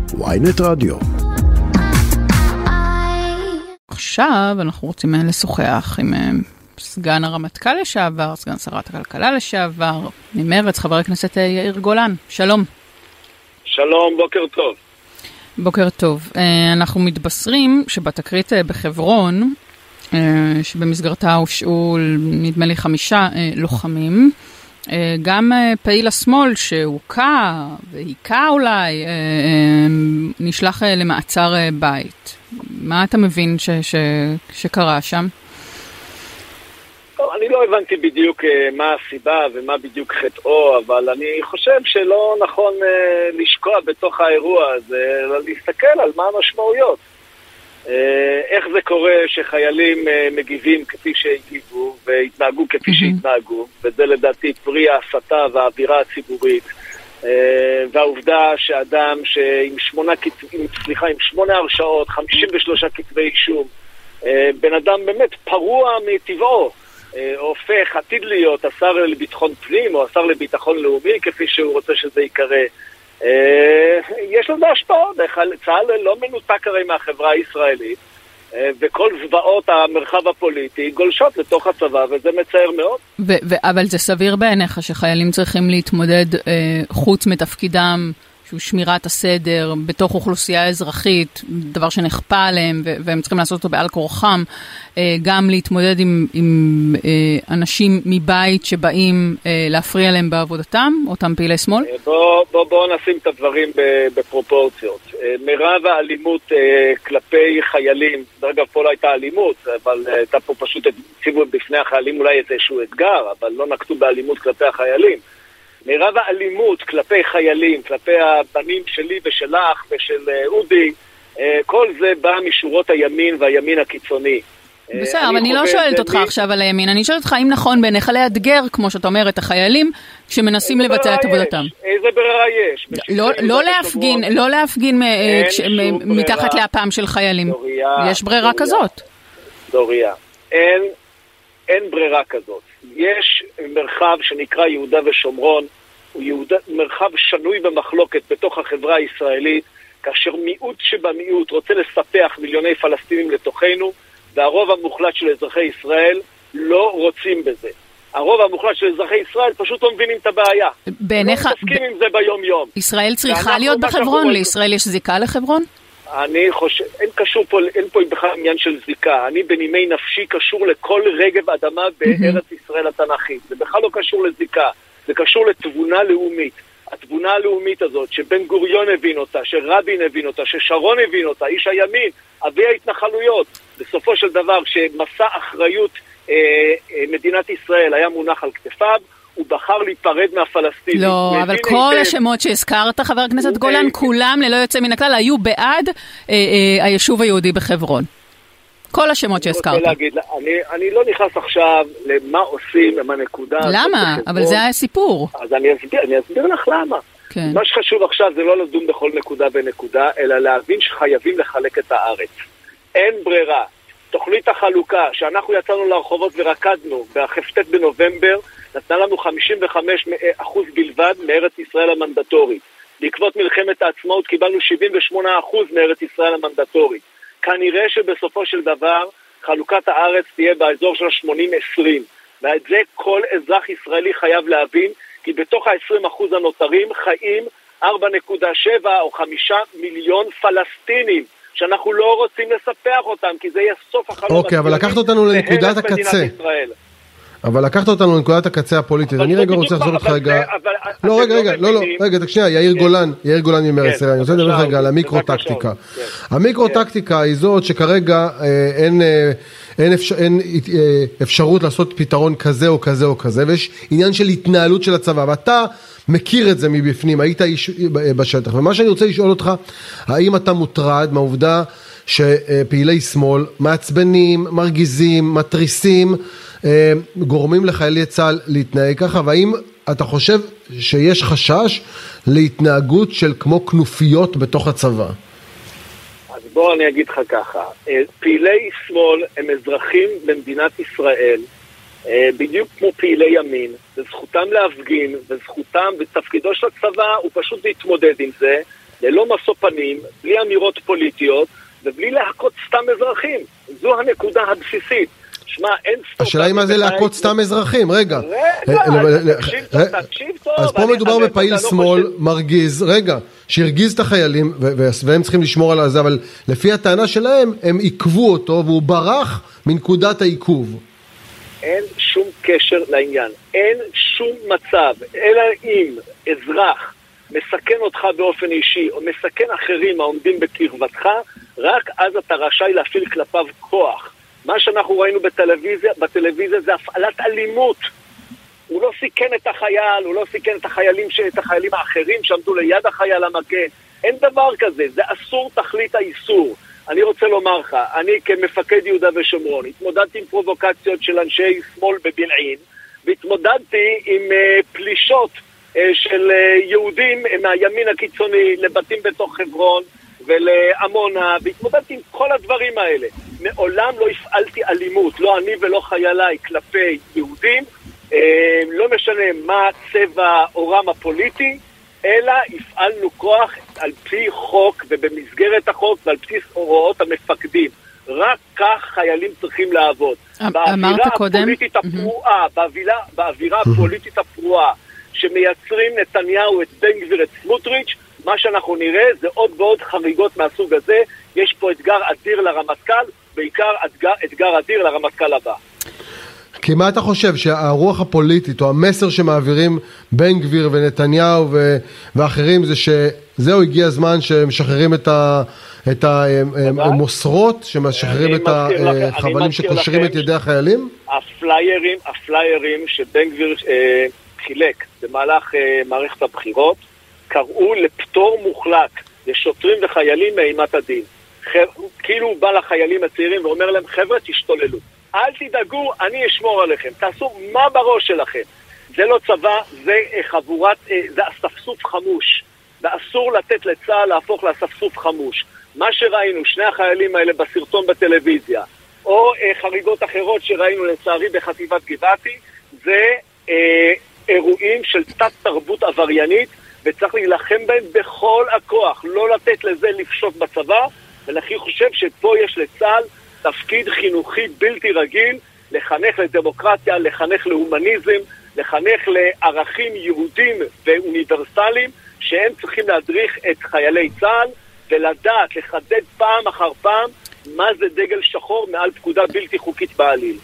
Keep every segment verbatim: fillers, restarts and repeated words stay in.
וויינט רדיו. עכשיו אנחנו רוצים לשוחח עם סגן הרמטכ"ל לשעבר, סגן שרת הכלכלה לשעבר, ממרץ, חבר הכנסת יאיר גולן. שלום. שלום, בוקר טוב. בוקר טוב. אנחנו מתבשרים שבתקרית בחברון, שבמסגרתה הושעו נדמה לי חמישה לוחמים, גם פעיל השמאל שהוקע והיקע אולי נשלח למעצר בית. מה אתה מבין ש, ש, שקרה שם? טוב, אני לא הבנתי בדיוק מה הסיבה ומה בדיוק חטאו, אבל אני חושב שלא נכון לשקוע בתוך האירוע הזה, אלא להסתכל על מה המשמעויות. איך זה קורה שחיילים מגיבים כפי שהגיבו והתנהגו כפי שהתנהגו, וזה לדעתי פרי ההסתה והאווירה הציבורית, והעובדה שאדם שעם שמונה, עם, סליחה, עם שמונה הרשעות, חמישים ושלושה כתבי אישום, בן אדם באמת פרוע מטבעו, הופך עתיד להיות השר לביטחון פנים או השר לביטחון לאומי כפי שהוא רוצה שזה יקרה. יש לזה השפעות. צה"ל לא מנותק הרי מהחברה הישראלית, וכל זוועות המרחב הפוליטי גולשות לתוך הצבא, וזה מצער מאוד. אבל זה סביר בעיניך שחיילים צריכים להתמודד חוץ מתפקידם שהוא שמירת הסדר בתוך אוכלוסייה אזרחית, דבר שנכפה עליהם, והם צריכים לעשות אותו בעל כורחם, גם להתמודד עם, עם אנשים מבית שבאים להפריע להם בעבודתם, אותם פעילי שמאל? בוא, בוא, בוא נשים את הדברים בפרופורציות. מרב האלימות כלפי חיילים, דרך אגב פה לא הייתה אלימות, אבל הייתה פה פשוט הציבו בפני החיילים אולי איזשהו אתגר, אבל לא נקטו באלימות כלפי החיילים. מרב האלימות כלפי חיילים, כלפי הבנים שלי ושלך ושל אודי, כל זה בא משורות הימין והימין הקיצוני. בסדר, אבל אני לא שואלת אותך עכשיו על הימין, אני שואלת אותך אם נכון בעיניך לאתגר, כמו שאתה אומר, את החיילים שמנסים לבצע את עבודתם. איזה ברירה יש? לא להפגין, לא להפגין מתחת לאפם של חיילים. יש ברירה כזאת. דוריה, אין, אין ברירה כזאת. יש מרחב שנקרא יהודה ושומרון, הוא יהודה, מרחב שנוי במחלוקת בתוך החברה הישראלית, כאשר מיעוט שבמיעוט רוצה לספח מיליוני פלסטינים לתוכנו, והרוב המוחלט של אזרחי ישראל לא רוצים בזה. הרוב המוחלט של אזרחי ישראל פשוט לא מבינים את הבעיה. בעיניך... לא מסכים עם זה ביום יום. ישראל צריכה להיות בחברון? לישראל יש זיקה לחברון? אני חושב, אין קשור פה, אין פה בכלל עניין של זיקה. אני בנימי נפשי קשור לכל רגב אדמה בארץ ישראל התנ"כית. זה בכלל לא קשור לזיקה. זה קשור לתבונה לאומית. התבונה הלאומית הזאת, שבן גוריון הבין אותה, שרבין הבין אותה, ששרון הבין אותה, איש הימין, אבי ההתנחלויות. בסופו של דבר, כשמסע אחריות אה, אה, מדינת ישראל היה מונח על כתפיו, הוא בחר להיפרד מהפלסטינים. לא, אבל כל היטב... השמות שהזכרת, חבר הכנסת גולן, היטב... כולם ללא יוצא מן הכלל, היו בעד אה, אה, היישוב היהודי בחברון. כל השמות שהזכרת. להגיד, אני, אני לא נכנס עכשיו למה עושים עם הנקודה. למה? אבל זה היה סיפור. אז אני אסביר, אני אסביר לך למה. כן. מה שחשוב עכשיו זה לא לדון בכל נקודה ונקודה, אלא להבין שחייבים לחלק את הארץ. אין ברירה. תוכנית החלוקה, שאנחנו יצאנו לרחובות ורקדנו בחפטט בנובמבר, נתנה לנו חמישים וחמישה אחוז בלבד מארץ ישראל המנדטורית. בעקבות מלחמת העצמאות קיבלנו שבעים ושמונה אחוז מארץ ישראל המנדטורית. כנראה שבסופו של דבר חלוקת הארץ תהיה באזור של ה-שמונים עשרים. ואת זה כל אזרח ישראלי חייב להבין, כי בתוך ה-עשרים אחוז הנותרים חיים ארבע נקודה שבע או חמישה מיליון פלסטינים, שאנחנו לא רוצים לספח אותם, כי זה יהיה סוף החלום. אוקיי, אבל לקחת אותנו לנקודת הקצה. אבל לקחת אותנו לנקודת הקצה הפוליטית. אני רגע רוצה לחזור אותך רגע. לא, רגע, רגע, לא, לא, רגע, תקשיב, יאיר גולן, יאיר גולן ממרץ, אני רוצה לדבר רגע על המיקרו-טקטיקה. המיקרו-טקטיקה היא זאת שכרגע אין אפשרות לעשות פתרון כזה או כזה או כזה, ויש עניין של התנהלות של הצבא, ואתה מכיר את זה מבפנים, היית איש בשטח. ומה שאני רוצה לשאול אותך, האם אתה מוטרד מהעובדה שפעילי שמאל מעצבנים, מרגיזים, מטריסים, גורמים לחיילי צה"ל להתנהג ככה, והאם אתה חושב שיש חשש להתנהגות של כמו כנופיות בתוך הצבא? אז בוא אני אגיד לך ככה, פעילי שמאל הם אזרחים במדינת ישראל, בדיוק כמו פעילי ימין, וזכותם להפגין, וזכותם ותפקידו של הצבא הוא פשוט להתמודד עם זה, ללא משוא פנים, בלי אמירות פוליטיות, ובלי להכות סתם אזרחים. זו הנקודה הבסיסית. שמה, אין ספורט... השאלה היא מה זה להכות סתם אזרחים, רגע. רגע, תקשיב טוב, תקשיב טוב. אז פה מדובר בפעיל שמאל, מרגיז, רגע, שהרגיז את החיילים, והם צריכים לשמור על זה, אבל לפי הטענה שלהם, הם עיכבו אותו, והוא ברח מנקודת העיכוב. אין שום קשר לעניין. אין שום מצב, אלא אם אזרח מסכן אותך באופן אישי, או מסכן אחרים העומדים בקרבתך, רק אז אתה רשאי להפעיל כלפיו כוח. מה שאנחנו ראינו בטלוויזיה, בטלוויזיה זה הפעלת אלימות. הוא לא סיכן את החייל, הוא לא סיכן את החיילים, את החיילים האחרים שעמדו ליד החייל המגן. אין דבר כזה, זה אסור תכלית האיסור. אני רוצה לומר לך, אני כמפקד יהודה ושומרון, התמודדתי עם פרובוקציות של אנשי שמאל בבלעין, והתמודדתי עם uh, פלישות uh, של uh, יהודים מהימין הקיצוני לבתים בתוך חברון ולעמונה, והתמודדתי עם כל הדברים האלה. מעולם לא הפעלתי אלימות, לא אני ולא חייליי, כלפי יהודים, uh, לא משנה מה צבע אורם הפוליטי, אלא הפעלנו כוח על פי חוק ובמסגרת החוק ועל בסיס הוראות המפקדים. רק כך חיילים צריכים לעבוד. באווירה הפוליטית הפרועה, באווירה, באווירה הפוליטית הפרועה שמייצרים נתניהו, את בן גביר, את סמוטריץ', מה שאנחנו נראה זה עוד ועוד חריגות מהסוג הזה. יש פה אתגר אדיר לרמטכ"ל, בעיקר אתגר, אתגר אדיר לרמטכ"ל הבא. כי מה אתה חושב, שהרוח הפוליטית או המסר שמעבירים בן גביר ונתניהו ו- ואחרים זה שזהו הגיע הזמן שמשחררים את, ה- את המוסרות, שמשחררים את החבלים שקושרים את ידי החיילים? הפליירים, הפליירים שבן גביר אה, חילק במהלך אה, מערכת הבחירות, קראו לפטור מוחלט לשוטרים וחיילים מאימת הדין. ח- כאילו הוא בא לחיילים הצעירים ואומר להם, חבר'ה תשתוללו. אל תדאגו, אני אשמור עליכם. תעשו מה בראש שלכם. זה לא צבא, זה חבורת, זה אספסוף חמוש. ואסור לתת לצה"ל להפוך לאספסוף חמוש. מה שראינו, שני החיילים האלה בסרטון בטלוויזיה, או חריגות אחרות שראינו לצערי בחטיבת גבעתי, זה אה, אירועים של תת תרבות עבריינית, וצריך להילחם בהם בכל הכוח. לא לתת לזה לפשוט בצבא, ולכן חושב שפה יש לצה"ל תפקיד חינוכי בלתי רגיל, לחנך לדמוקרטיה, לחנך להומניזם, לחנך לערכים יהודים ואוניברסליים, שהם צריכים להדריך את חיילי צה"ל, ולדעת, לחדד פעם אחר פעם, מה זה דגל שחור מעל פקודה בלתי חוקית בעליל.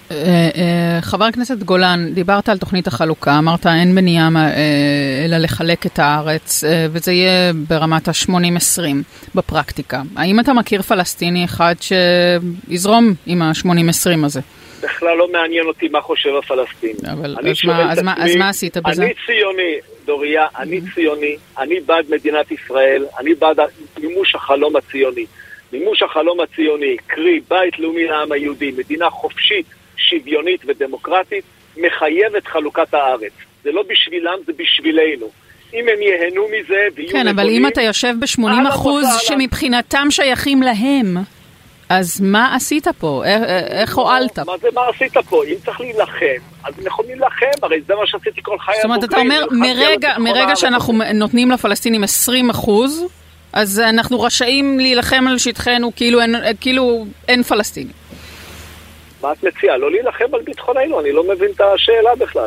חבר הכנסת גולן, דיברת על תוכנית החלוקה, אמרת אין מניעה אלא לחלק את הארץ, וזה יהיה ברמת ה-שמונים עשרים בפרקטיקה. האם אתה מכיר פלסטיני אחד שיזרום עם ה-שמונים עשרים הזה? בכלל לא מעניין אותי מה חושב הפלסטיני. אבל אז מה, אז מה, אז מה עשית בזה? אני ציוני, דוריה, אני ציוני, אני בעד מדינת ישראל, אני בעד מימוש החלום הציוני. מימוש החלום הציוני, קרי בית לאומי לעם היהודי, מדינה חופשית, שוויונית ודמוקרטית, מחייבת חלוקת הארץ. זה לא בשבילם, זה בשבילנו. אם הם יהנו מזה ויהיו כן, אבל אם אתה יושב ב-שמונים אחוז שמבחינתם שייכים להם, אז מה עשית פה? איך הועלת? מה זה מה עשית פה? אם צריך להילחם, אז הם יכולים להילחם, הרי זה מה שעשיתי כל חיי. זאת אומרת, אתה אומר, מרגע שאנחנו נותנים לפלסטינים עשרים אחוז, אז אנחנו רשאים להילחם על שטחנו כאילו אין, כאילו אין פלסטיני. מה את מציעה? לא להילחם על ביטחוננו, אני לא מבין את השאלה בכלל.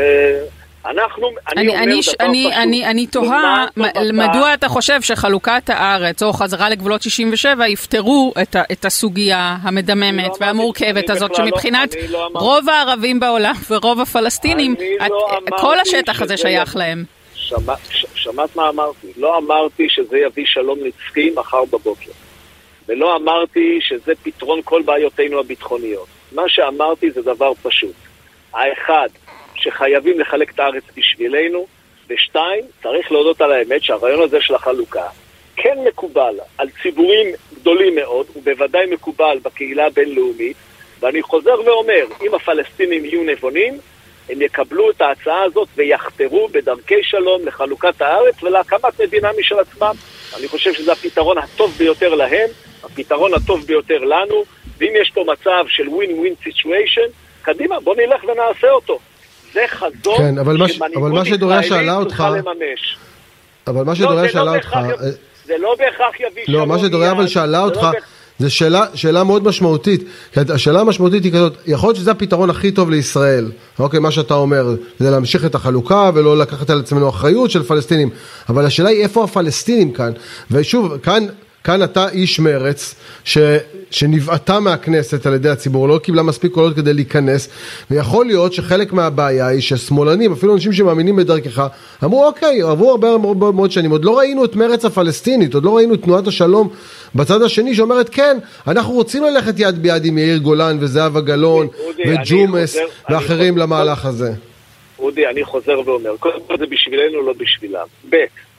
אנחנו, אני, אני אומר אני, דבר אני, פשוט. אני, אני תוהה, מדוע אתה חושב שחלוקת הארץ או חזרה לגבולות שישים ושבע יפתרו את, ה, את הסוגיה המדממת והמורכבת הזאת, שמבחינת רוב הערבים בעולם ורוב הפלסטינים, כל השטח הזה שייך להם. שמע, ש, שמעת מה אמרתי? לא אמרתי שזה יביא שלום נצחי מחר בבוקר. ולא אמרתי שזה פתרון כל בעיותינו הביטחוניות. מה שאמרתי זה דבר פשוט. האחד, שחייבים לחלק את הארץ בשבילנו, ושתיים, צריך להודות על האמת שהרעיון הזה של החלוקה כן מקובל על ציבורים גדולים מאוד, ובוודאי מקובל בקהילה הבינלאומית, ואני חוזר ואומר, אם הפלסטינים יהיו נבונים, הם יקבלו את ההצעה הזאת ויחתרו בדרכי שלום לחלוקת הארץ ולהקמת מדינה משל עצמם. אני חושב שזה הפתרון הטוב ביותר להם, הפתרון הטוב ביותר לנו, ואם יש פה מצב של win-win situation, קדימה, בוא נלך ונעשה אותו. זה חזון כן, אבל מה, אבל מה שדוריה שאלה אותך, לממש. אבל מה שדוריה לא, שאלה לא אותך, זה לא בהכרח יביא שלום. לא, מה שדוריה אבל שאלה אותך, זו שאלה, שאלה מאוד משמעותית. השאלה המשמעותית היא כזאת, יכול להיות שזה הפתרון הכי טוב לישראל. אוקיי, מה שאתה אומר, זה להמשיך את החלוקה ולא לקחת על עצמנו אחריות של פלסטינים. אבל השאלה היא איפה הפלסטינים כאן. ושוב, כאן, כאן אתה איש מרץ, ש, שנבעתה מהכנסת על ידי הציבור, לא קיבלה מספיק קולות כדי להיכנס, ויכול להיות שחלק מהבעיה היא ששמאלנים, אפילו אנשים שמאמינים בדרכך, אמרו אוקיי, עברו הרבה מאוד שנים, עוד לא ראינו את מרץ הפלסטינית, עוד לא ראינו את תנועת השלום בצד השני שאומרת כן, אנחנו רוצים ללכת יד ביד עם יאיר גולן וזהבה גלאון וג'ומס ואחרים למהלך הזה. אודי, אני חוזר ואומר, קודם כל זה בשבילנו, לא בשבילם. ב'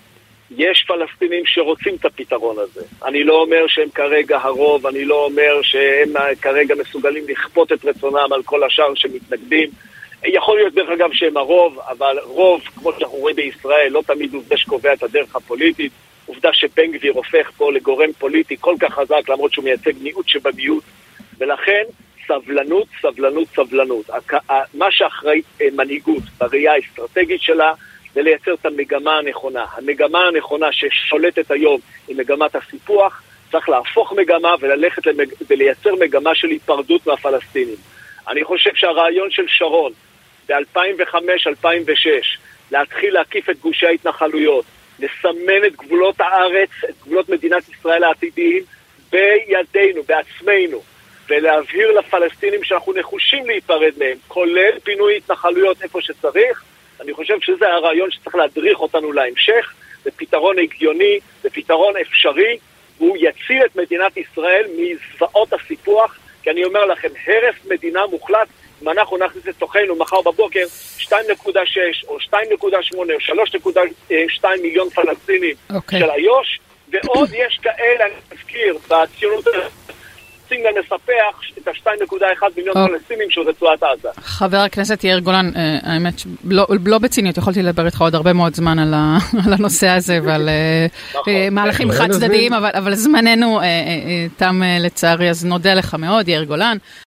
יש פלסטינים שרוצים את הפתרון הזה. אני לא אומר שהם כרגע הרוב, אני לא אומר שהם כרגע מסוגלים לכפות את רצונם על כל השאר שמתנגדים. יכול להיות דרך אגב שהם הרוב, אבל רוב, כמו שאנחנו רואים בישראל, לא תמיד עובדה שקובע את הדרך הפוליטית. עובדה שבן גביר הופך פה לגורם פוליטי כל כך חזק, למרות שהוא מייצג מיעוט שבמיעוט. ולכן, סבלנות, סבלנות, סבלנות. מה שאחראית מנהיגות בראייה האסטרטגית שלה, זה לייצר את המגמה הנכונה. המגמה הנכונה ששולטת היום היא מגמת הסיפוח, צריך להפוך מגמה וללכת למג... ולייצר מגמה של היפרדות מהפלסטינים. אני חושב שהרעיון של שרון ב-אלפיים וחמש אלפיים ושש להתחיל להקיף את גושי ההתנחלויות, לסמן את גבולות הארץ, את גבולות מדינת ישראל העתידיים בידינו, בעצמנו, ולהבהיר לפלסטינים שאנחנו נחושים להיפרד מהם, כולל פינוי התנחלויות איפה שצריך. אני חושב שזה הרעיון שצריך להדריך אותנו להמשך, זה פתרון הגיוני, זה פתרון אפשרי, והוא יציל את מדינת ישראל מזוועות הסיפוח, כי אני אומר לכם, הרס מדינה מוחלט, אם אנחנו נכניס את תוכנו מחר בבוקר שתיים נקודה שש או שתיים נקודה שמונה או שלוש נקודה שתיים מיליון פלסטינים okay. של איו"ש, ועוד יש כאלה, אני מזכיר, בציונות רוצים גם לספח את ה-שתיים נקודה אחת מיליון oh. פלסטינים של רצועת עזה. חבר הכנסת יאיר גולן, האמת שלא לא בציניות, יכולתי לדבר איתך עוד הרבה מאוד זמן על, ה, על הנושא הזה ועל מהלכים חד צדדיים, אבל, אבל זמננו תם לצערי, אז נודה לך מאוד, יאיר גולן.